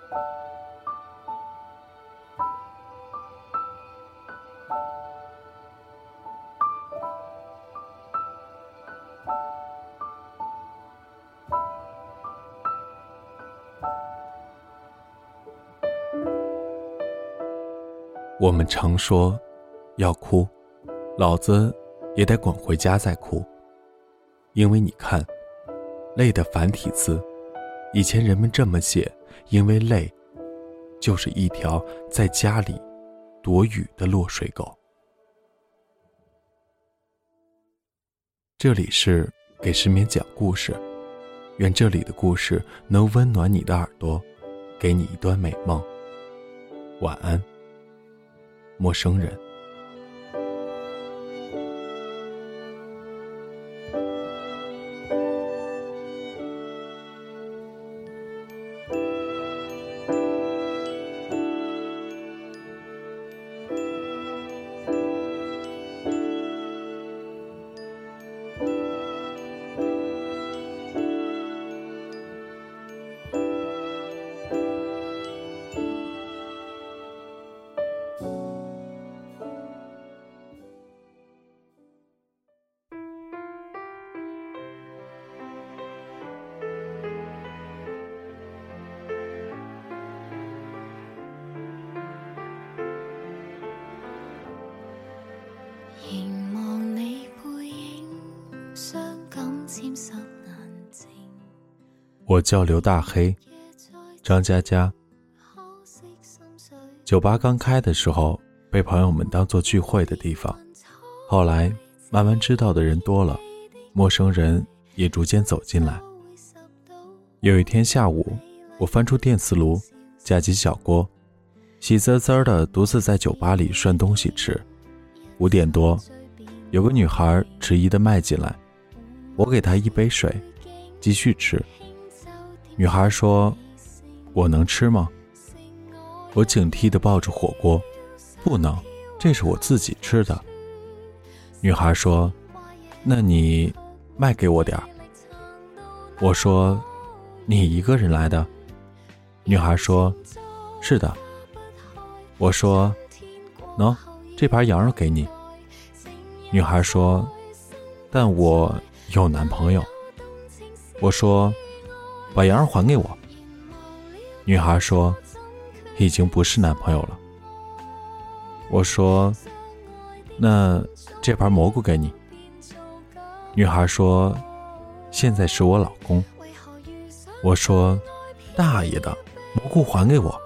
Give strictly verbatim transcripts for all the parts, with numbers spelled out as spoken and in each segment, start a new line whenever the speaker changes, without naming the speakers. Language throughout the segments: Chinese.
我们常说要哭，老子也得滚回家再哭。因为你看，泪的繁体字，以前人们这么写，因为泪就是一条在家里躲雨的落水狗。这里是给失眠讲故事，愿这里的故事能温暖你的耳朵，给你一段美梦。晚安，陌生人。我叫刘大黑，张嘉佳。酒吧刚开的时候被朋友们当作聚会的地方，后来慢慢知道的人多了，陌生人也逐渐走进来。有一天下午，我翻出电磁炉，架起小锅，喜滋滋的独自在酒吧里涮东西吃。五点多，有个女孩迟疑地迈进来，我给她一杯水，继续吃。女孩说：“我能吃吗？”我警惕地抱着火锅：“不能，这是我自己吃的。”女孩说：“那你卖给我点儿。”我说：“你一个人来的？”女孩说：“是的。”我说：“喏，这盘羊肉给你。”女孩说：“但我有男朋友。”我说：“把羊肉还给我。”女孩说：“已经不是男朋友了。”我说：“那这盘蘑菇给你。”女孩说：“现在是我老公。”我说：“大爷的，蘑菇还给我。”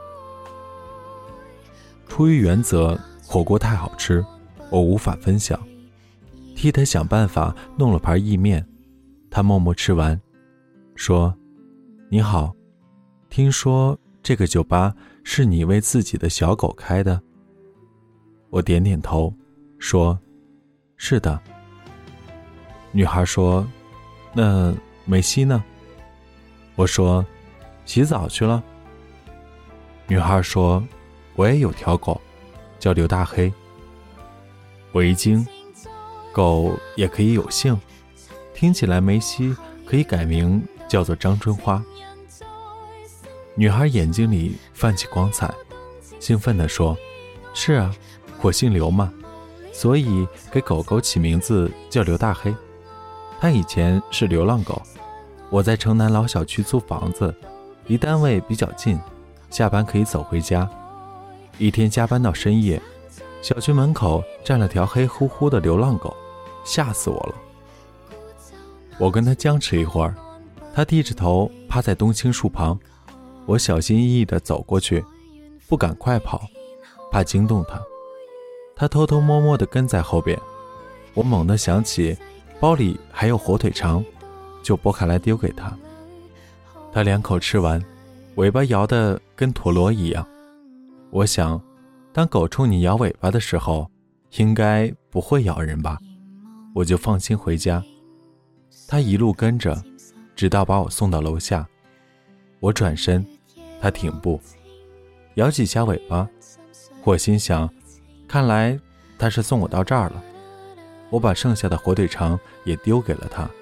出于原则，火锅太好吃，我无法分享，替他想办法弄了盘意面。他默默吃完，说：“你好，听说这个酒吧是你为自己的小狗开的？”我点点头，说：“是的。”女孩说：“那梅西呢？”我说：“洗澡去了。”女孩说：“我也有条狗，叫刘大黑。”我一惊，狗也可以有姓，听起来梅西可以改名叫做张春花。女孩眼睛里泛起光彩，兴奋地说：“是啊，我姓刘嘛，所以给狗狗起名字叫刘大黑。它以前是流浪狗，我在城南老小区租房子，离单位比较近，下班可以走回家。一天加班到深夜，小区门口站了条黑乎乎的流浪狗，吓死我了。我跟他僵持一会儿，他低着头趴在冬青树旁，我小心翼翼地走过去，不敢快跑，怕惊动他。他偷偷摸摸地跟在后边，我猛地想起包里还有火腿肠，就剥开来丢给他。他两口吃完，尾巴摇得跟陀螺一样。我想，当狗冲你摇尾巴的时候，应该不会咬人吧，我就放心回家。他一路跟着，直到把我送到楼下。我转身，他停步，摇几下尾巴。我心想，看来他是送我到这儿了。我把剩下的火腿肠也丢给了他。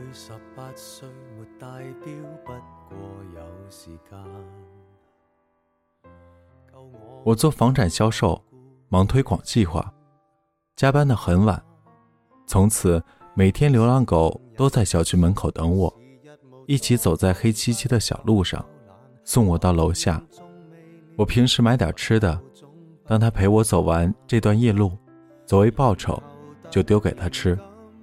我做房产销售，忙推广计划，加班得很晚。从此每天流浪狗都在小区门口等我，一起走在黑漆漆的小路上，送我到楼下。我平时买点吃的，当他陪我走完这段夜路，作为报酬就丢给他吃。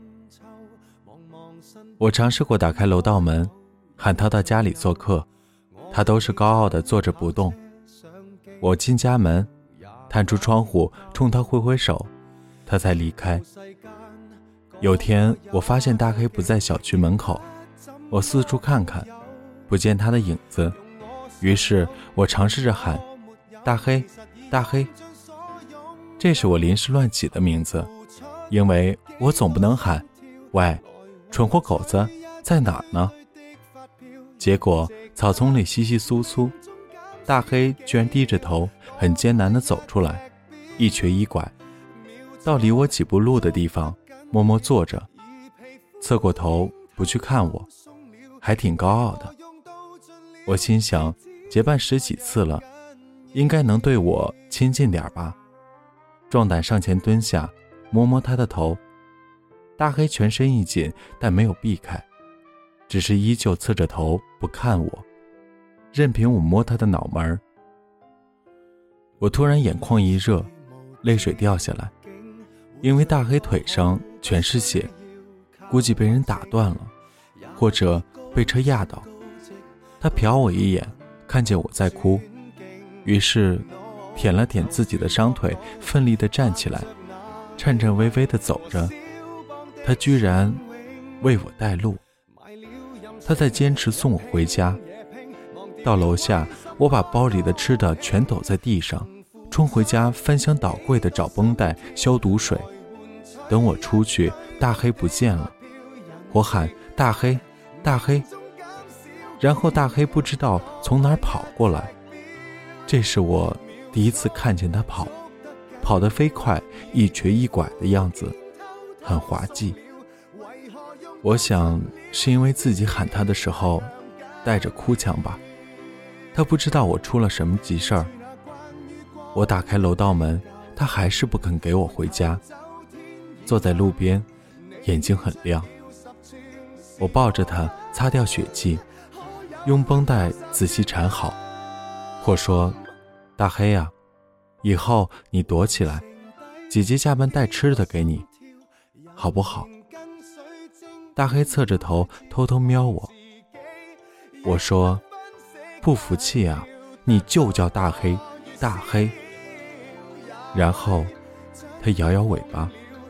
我尝试过打开楼道门，喊他到家里做客，他都是高傲地坐着不动。我进家门，探出窗户冲他挥挥手，他才离开。有天我发现大黑不在小区门口，我四处看看，不见他的影子，于是我尝试着喊大黑大黑。这是我临时乱起的名字，因为我总不能喊喂，蠢货狗子在哪儿呢？结果草丛里稀稀疏疏，大黑居然低着头很艰难地走出来，一瘸一拐到离我几步路的地方，默默坐着，侧过头不去看我，还挺高傲的。我心想，结伴十几次了，应该能对我亲近点吧。壮胆上前蹲下，摸摸他的头。大黑全身一紧，但没有避开，只是依旧侧着头不看我，任凭我摸他的脑门。我突然眼眶一热，泪水掉下来，因为大黑腿上全是血，估计被人打断了，或者被车压倒。他瞟我一眼，看见我在哭，于是舔了舔自己的伤腿，奋力地站起来，颤颤巍巍地走着。他居然为我带路，他在坚持送我回家。到楼下，我把包里的吃的全抖在地上，冲回家翻箱倒柜地找绷带、消毒水。等我出去，大黑不见了，我喊大黑大黑，然后大黑不知道从哪儿跑过来。这是我第一次看见他跑，跑得飞快，一瘸一拐的样子很滑稽。我想是因为自己喊他的时候带着哭腔吧，他不知道我出了什么急事儿。我打开楼道门，他还是不肯给我回家，坐在路边，眼睛很亮。我抱着他擦掉血迹，用绷带仔细缠好，或说大黑啊，以后你躲起来，姐姐下班带吃的给你，好不好？大黑侧着头偷偷瞄我。我说不服气啊，你就叫大黑大黑。然后他摇摇尾巴。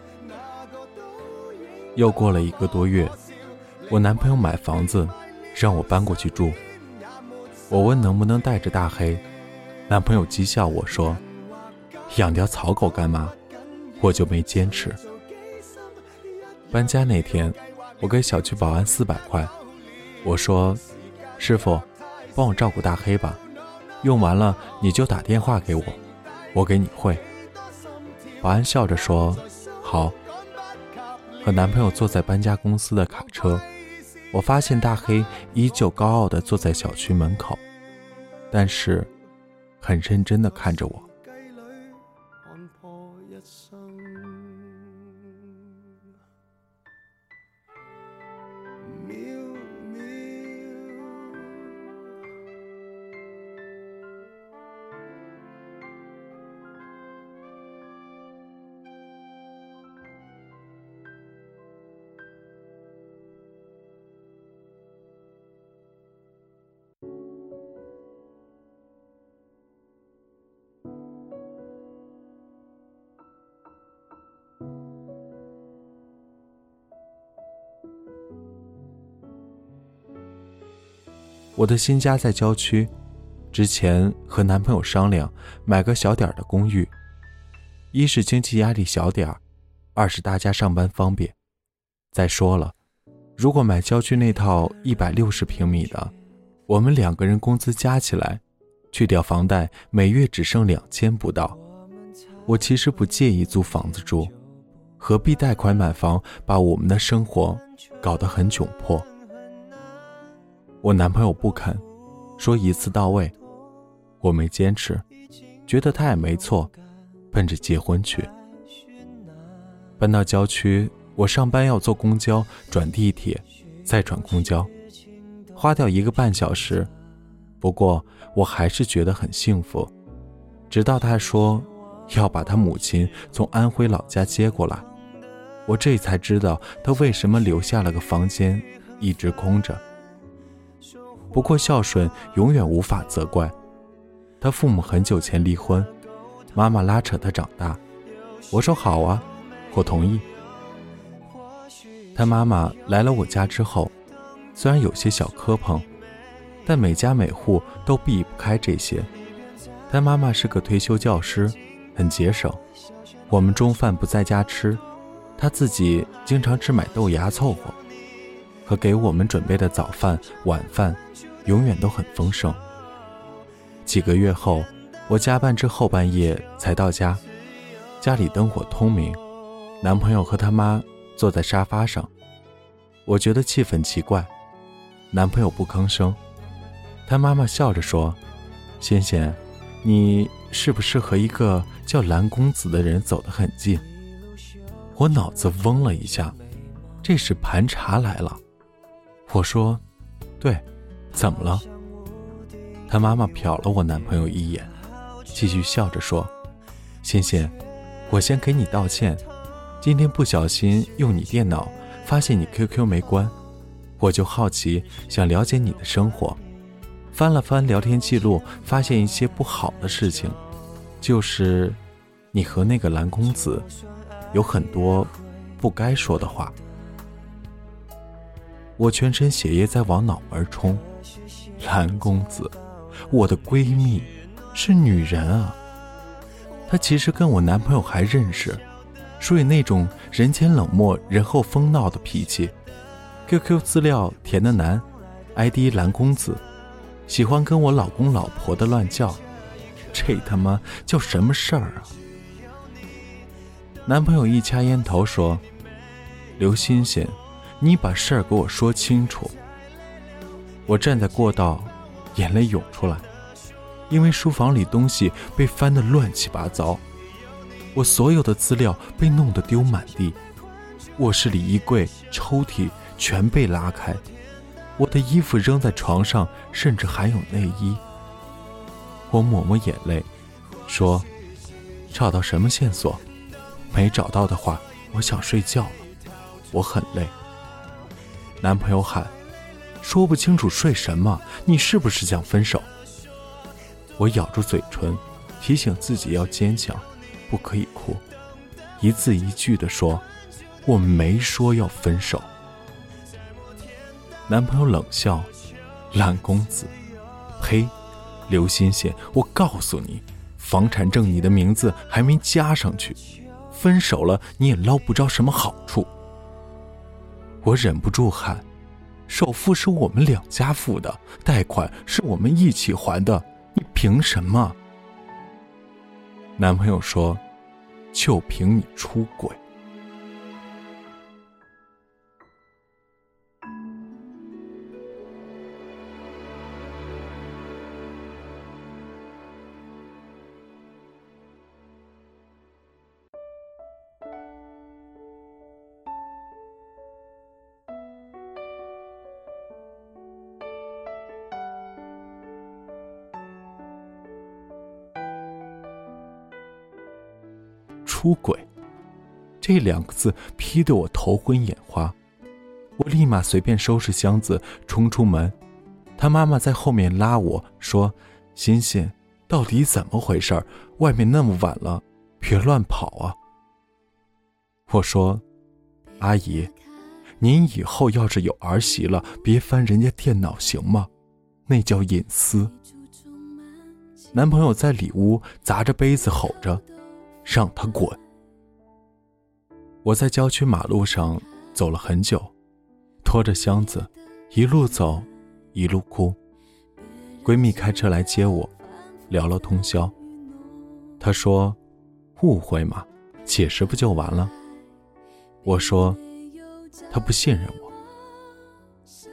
又过了一个多月，我男朋友买房子让我搬过去住。我问能不能带着大黑，男朋友讥笑我说养条草狗干嘛，我就没坚持。搬家那天，我给小区保安四百块，我说师傅帮我照顾大黑吧，用完了你就打电话给我，我给你汇。保安笑着说好。和男朋友坐在搬家公司的卡车，我发现大黑依旧高傲地坐在小区门口，但是很认真地看着我。我的新家在郊区，之前和男朋友商量买个小点的公寓，一是经济压力小点，二是大家上班方便。再说了，如果买郊区那套一百六十平米的，我们两个人工资加起来，去掉房贷，每月只剩两千不到。我其实不介意租房子住，何必贷款买房，把我们的生活搞得很窘迫。我男朋友不肯，说一次到位，我没坚持，觉得他也没错，奔着结婚去。搬到郊区，我上班要坐公交转地铁再转公交，花掉一个半小时，不过我还是觉得很幸福。直到他说要把他母亲从安徽老家接过来，我这才知道他为什么留下了个房间一直空着。不过孝顺永远无法责怪，他父母很久前离婚，妈妈拉扯他长大，我说好啊，我同意。他妈妈来了我家之后，虽然有些小磕碰，但每家每户都避不开这些。他妈妈是个退休教师，很节省，我们中饭不在家吃，他自己经常吃买豆芽凑合，可给我们准备的早饭晚饭永远都很丰盛。几个月后，我加班至后半夜才到家，家里灯火通明，男朋友和他妈坐在沙发上，我觉得气氛奇怪，男朋友不吭声，他妈妈笑着说，仙仙，你是不是和一个叫蓝公子的人走得很近？我脑子嗡了一下，这时盘查来了。我说，对，怎么了？他妈妈瞟了我男朋友一眼，继续笑着说，仙仙，我先给你道歉，今天不小心用你电脑发现你 Q Q 没关，我就好奇想了解你的生活，翻了翻聊天记录，发现一些不好的事情，就是你和那个蓝公子有很多不该说的话。我全身血液在往脑门冲，蓝公子，我的闺蜜，是女人啊，她其实跟我男朋友还认识，所以那种人前冷漠人后疯闹的脾气， Q Q 资料填的男 I D 蓝公子，喜欢跟我老公老婆的乱叫，这他妈叫什么事儿啊？男朋友一掐烟头说，刘欣欣，你把事儿给我说清楚。我站在过道，眼泪涌出来，因为书房里东西被翻得乱七八糟，我所有的资料被弄得丢满地，卧室里衣柜抽屉全被拉开，我的衣服扔在床上，甚至还有内衣。我抹抹眼泪说，找到什么线索？没找到的话，我想睡觉了，我很累。男朋友喊，说不清楚睡什么，你是不是想分手？我咬住嘴唇，提醒自己要坚强，不可以哭，一字一句地说，我没说要分手。男朋友冷笑，烂公子，呸，刘欣欣，我告诉你，房产证你的名字还没加上去，分手了你也捞不着什么好处。我忍不住喊，首付是我们两家付的，贷款是我们一起还的，你凭什么？男朋友说，就凭你出轨。出轨这两个字批得我头昏眼花，我立马随便收拾箱子冲出门，他妈妈在后面拉我说，欣欣，到底怎么回事？外面那么晚了，别乱跑啊。我说，阿姨，您以后要是有儿媳了，别翻人家电脑行吗？那叫隐私。男朋友在里屋砸着杯子吼着，让他滚。我在郊区马路上走了很久，拖着箱子一路走一路哭。闺蜜开车来接我，聊了通宵。她说，误会嘛，解释不就完了？我说，她不信任我，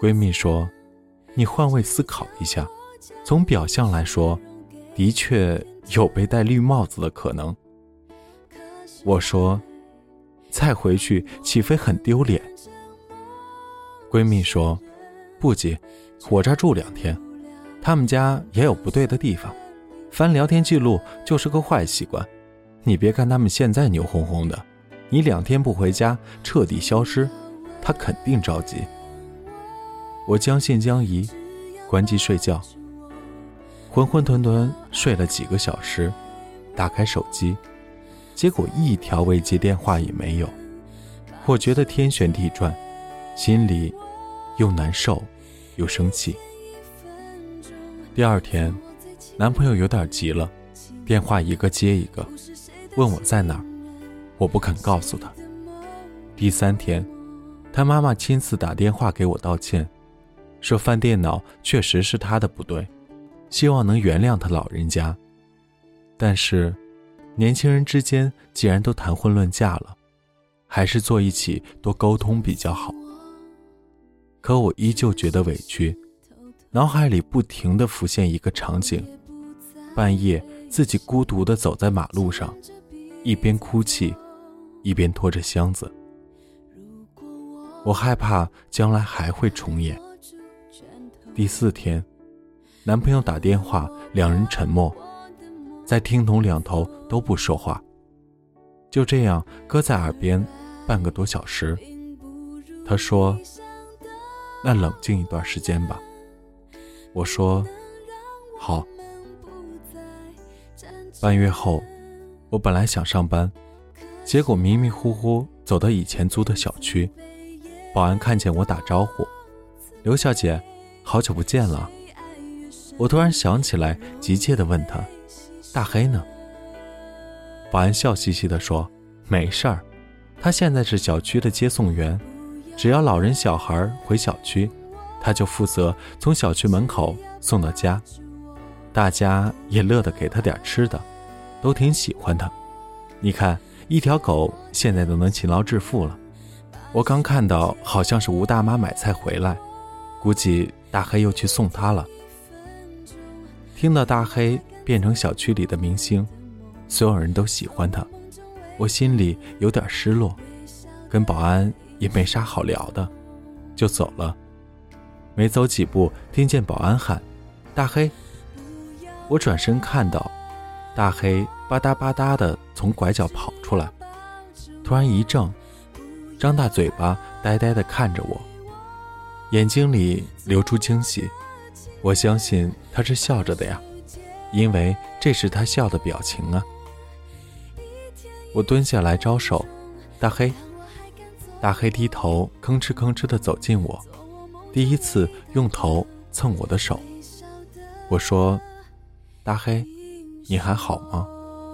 闺蜜说，你换位思考一下，从表象来说，的确有被戴绿帽子的可能。我说，再回去岂非很丢脸？闺蜜说，不急，我这儿住两天，他们家也有不对的地方，翻聊天记录就是个坏习惯，你别看他们现在牛哄哄的，你两天不回家彻底消失，他肯定着急。我将信将疑，关机睡觉，浑浑沌沌睡了几个小时，打开手机，结果一条未接电话也没有。我觉得天旋地转，心里又难受又生气。第二天，男朋友有点急了，电话一个接一个，问我在哪儿，我不肯告诉他。第三天，他妈妈亲自打电话给我道歉，说翻电脑确实是他的不对，希望能原谅他老人家。但是年轻人之间既然都谈婚论嫁了，还是坐一起多沟通比较好。可我依旧觉得委屈，脑海里不停地浮现一个场景，半夜自己孤独地走在马路上，一边哭泣一边拖着箱子。我害怕将来还会重演。第四天，男朋友打电话，两人沉默，在听筒两头都不说话，就这样搁在耳边半个多小时。他说，那冷静一段时间吧。我说，好。半月后，我本来想上班，结果迷迷糊糊走到以前租的小区，保安看见我打招呼，刘小姐，好久不见了。我突然想起来，急切地问他，大黑呢？保安笑嘻嘻地说，没事儿，他现在是小区的接送员，只要老人小孩回小区，他就负责从小区门口送到家，大家也乐得给他点吃的，都挺喜欢他。你看，一条狗现在都能勤劳致富了。我刚看到好像是吴大妈买菜回来，估计大黑又去送她了。听到大黑变成小区里的明星，所有人都喜欢他，我心里有点失落，跟保安也没啥好聊的，就走了。没走几步，听见保安喊，大黑。我转身看到大黑吧嗒吧嗒地从拐角跑出来，突然一怔，张大嘴巴呆呆地看着我，眼睛里流出惊喜。我相信他是笑着的呀，因为这是他笑的表情啊。我蹲下来招手，大黑。大黑低头吭哧吭哧地走近我，第一次用头蹭我的手。我说，大黑，你还好吗？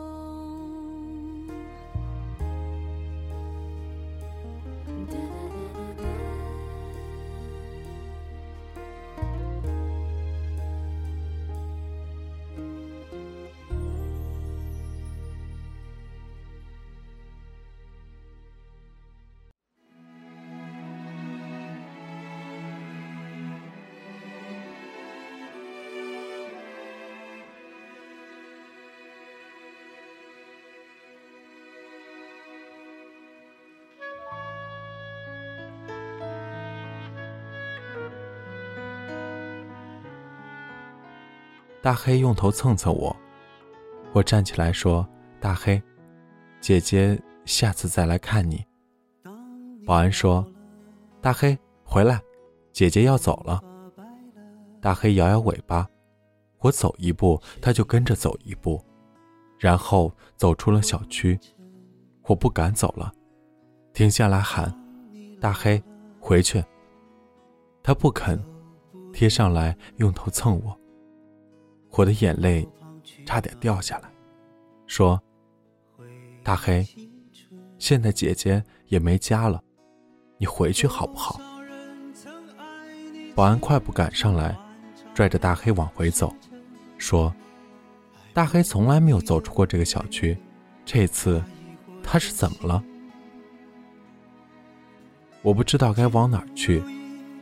大黑用头蹭蹭我，我站起来说，大黑，姐姐下次再来看你。保安说，大黑回来，姐姐要走了。大黑摇摇尾巴，我走一步他就跟着走一步，然后走出了小区。我不敢走了，停下来喊，大黑回去。他不肯，贴上来用头蹭我，我的眼泪差点掉下来，说，大黑，现在姐姐也没家了，你回去好不好？保安快步赶上来，拽着大黑往回走，说，大黑从来没有走出过这个小区，这次他是怎么了？我不知道该往哪儿去，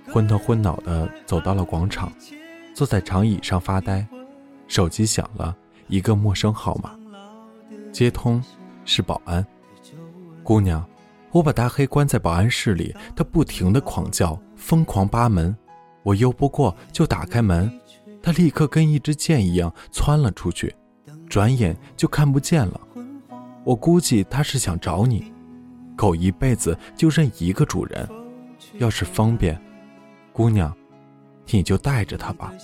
昏头昏脑地走到了广场，坐在长椅上发呆。手机响了，一个陌生号码，接通，是保安。姑娘，我把大黑关在保安室里，他不停地狂叫，疯狂扒门。我悠不过就打开门，他立刻跟一支箭一样窜了出去，转眼就看不见了。我估计他是想找你，狗一辈子就认一个主人，要是方便，姑娘，你就带着他吧。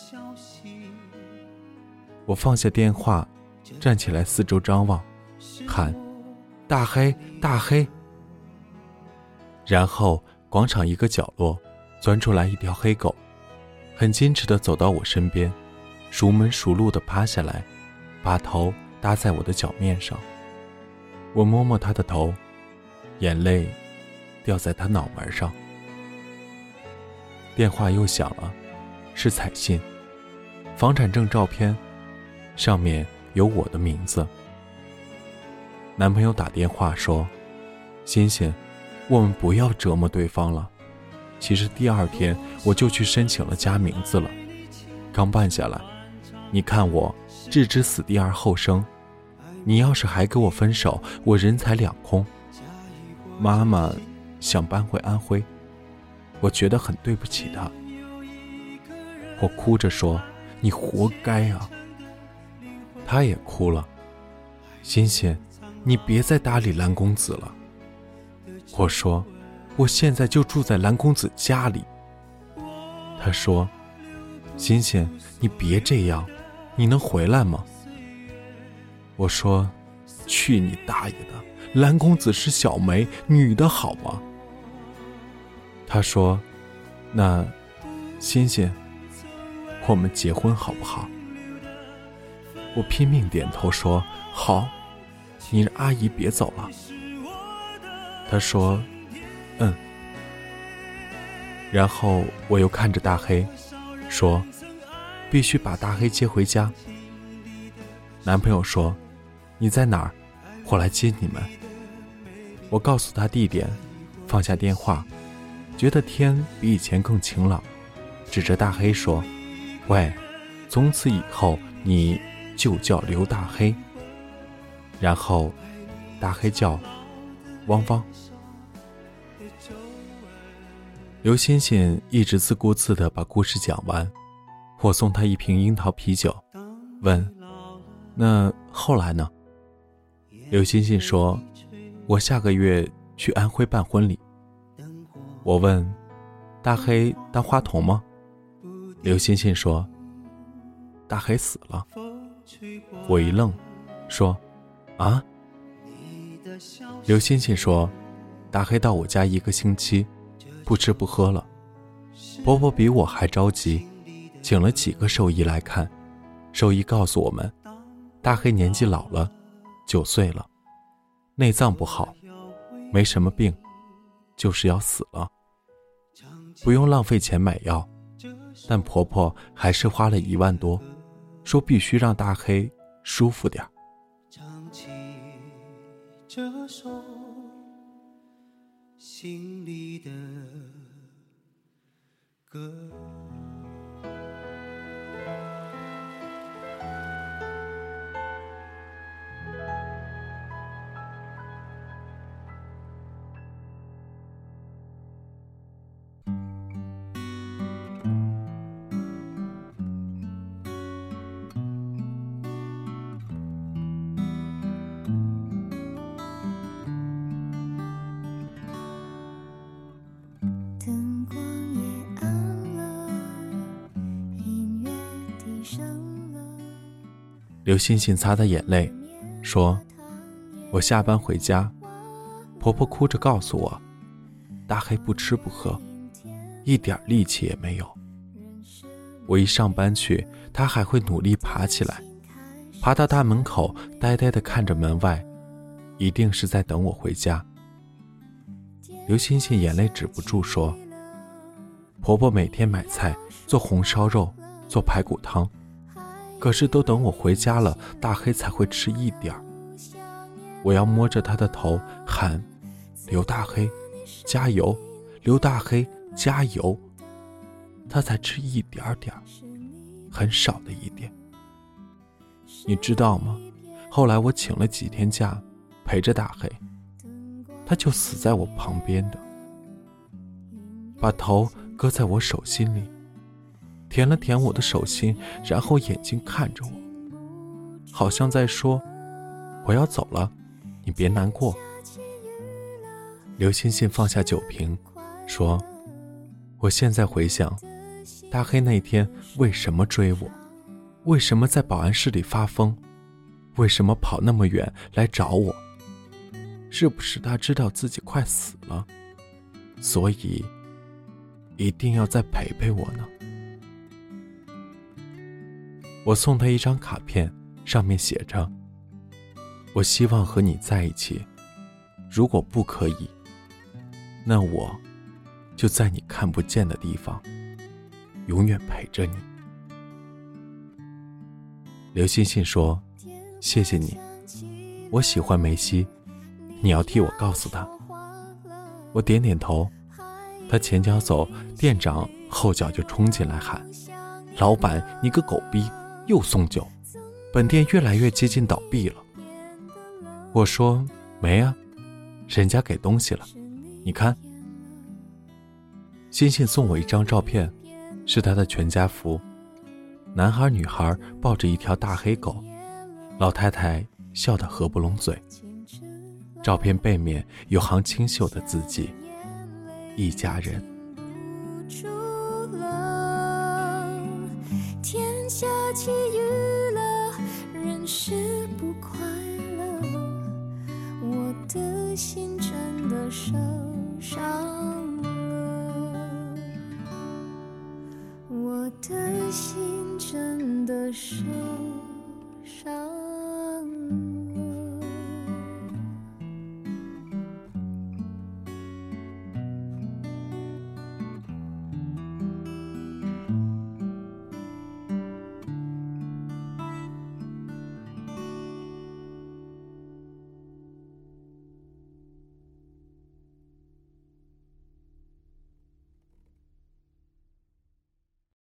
我放下电话，站起来四周张望，喊大黑大黑。然后广场一个角落钻出来一条黑狗，很矜持地走到我身边，熟门熟路地趴下来，把头搭在我的脚面上。我摸摸他的头，眼泪掉在他脑门上。电话又响了，是彩信，房产证照片，上面有我的名字。男朋友打电话说，欣欣，我们不要折磨对方了。其实第二天我就去申请了加名字了，刚办下来，你看我置之死地而后生，你要是还跟我分手，我人财两空。妈妈想搬回安徽，我觉得很对不起她。我哭着说，你活该啊。她也哭了，欣欣，你别再搭理蓝公子了。我说，我现在就住在蓝公子家里。她说，欣欣，你别这样，你能回来吗？我说，去你大爷的，蓝公子是小梅，女的好吗？她说，那欣欣，我们结婚好不好？我拼命点头说，好，你让阿姨别走了。她说，嗯。然后我又看着大黑说，必须把大黑接回家。男朋友说，你在哪儿？我来接你们。我告诉他地点，放下电话，觉得天比以前更晴朗，指着大黑说，喂，从此以后你就叫刘大黑。然后大黑叫汪汪。刘欣欣一直自顾自地把故事讲完，我送他一瓶樱桃啤酒，问，那后来呢？刘欣欣说，我下个月去安徽办婚礼。我问，大黑当花童吗？刘欣欣说，大黑死了。我一愣，说，啊？刘欣欣说，大黑到我家一个星期，不吃不喝了。婆婆比我还着急，请了几个兽医来看。兽医告诉我们，大黑年纪老了，九岁了，内脏不好，没什么病，就是要死了。不用浪费钱买药，但婆婆还是花了一万多，说必须让大黑舒服点。唱起这首心里的歌。刘欣欣擦擦眼泪说，我下班回家，婆婆哭着告诉我，大黑不吃不喝，一点力气也没有。我一上班去，她还会努力爬起来，爬到大门口，呆呆地看着门外，一定是在等我回家。刘欣欣眼泪止不住说，婆婆每天买菜，做红烧肉，做排骨汤，可是都等我回家了，大黑才会吃一点儿。我要摸着他的头喊，刘大黑加油，刘大黑加油。 他才吃一点点，很少的一点。你知道吗？后来我请了几天假陪着大黑，他就死在我旁边的，把头搁在我手心里，舔了舔我的手心，然后眼睛看着我，好像在说，我要走了，你别难过。刘欣欣放下酒瓶说，我现在回想大黑那天为什么追我，为什么在保安室里发疯，为什么跑那么远来找我，是不是他知道自己快死了，所以一定要再陪陪我呢？我送他一张卡片，上面写着，我希望和你在一起，如果不可以，那我就在你看不见的地方永远陪着你。刘欣欣说，谢谢你，我喜欢梅西，你要替我告诉他。我点点头，他前脚走，店长后脚就冲进来喊，老板你个狗逼，又送酒，本店越来越接近倒闭了。我说没啊，人家给东西了，你看。欣欣送我一张照片，是他的全家福，男孩女孩抱着一条大黑狗，老太太笑得合不拢嘴。照片背面有行清秀的字迹，一家人。
天下起雨了，人是不快乐，我的心真的受伤了，我的心真的受伤了。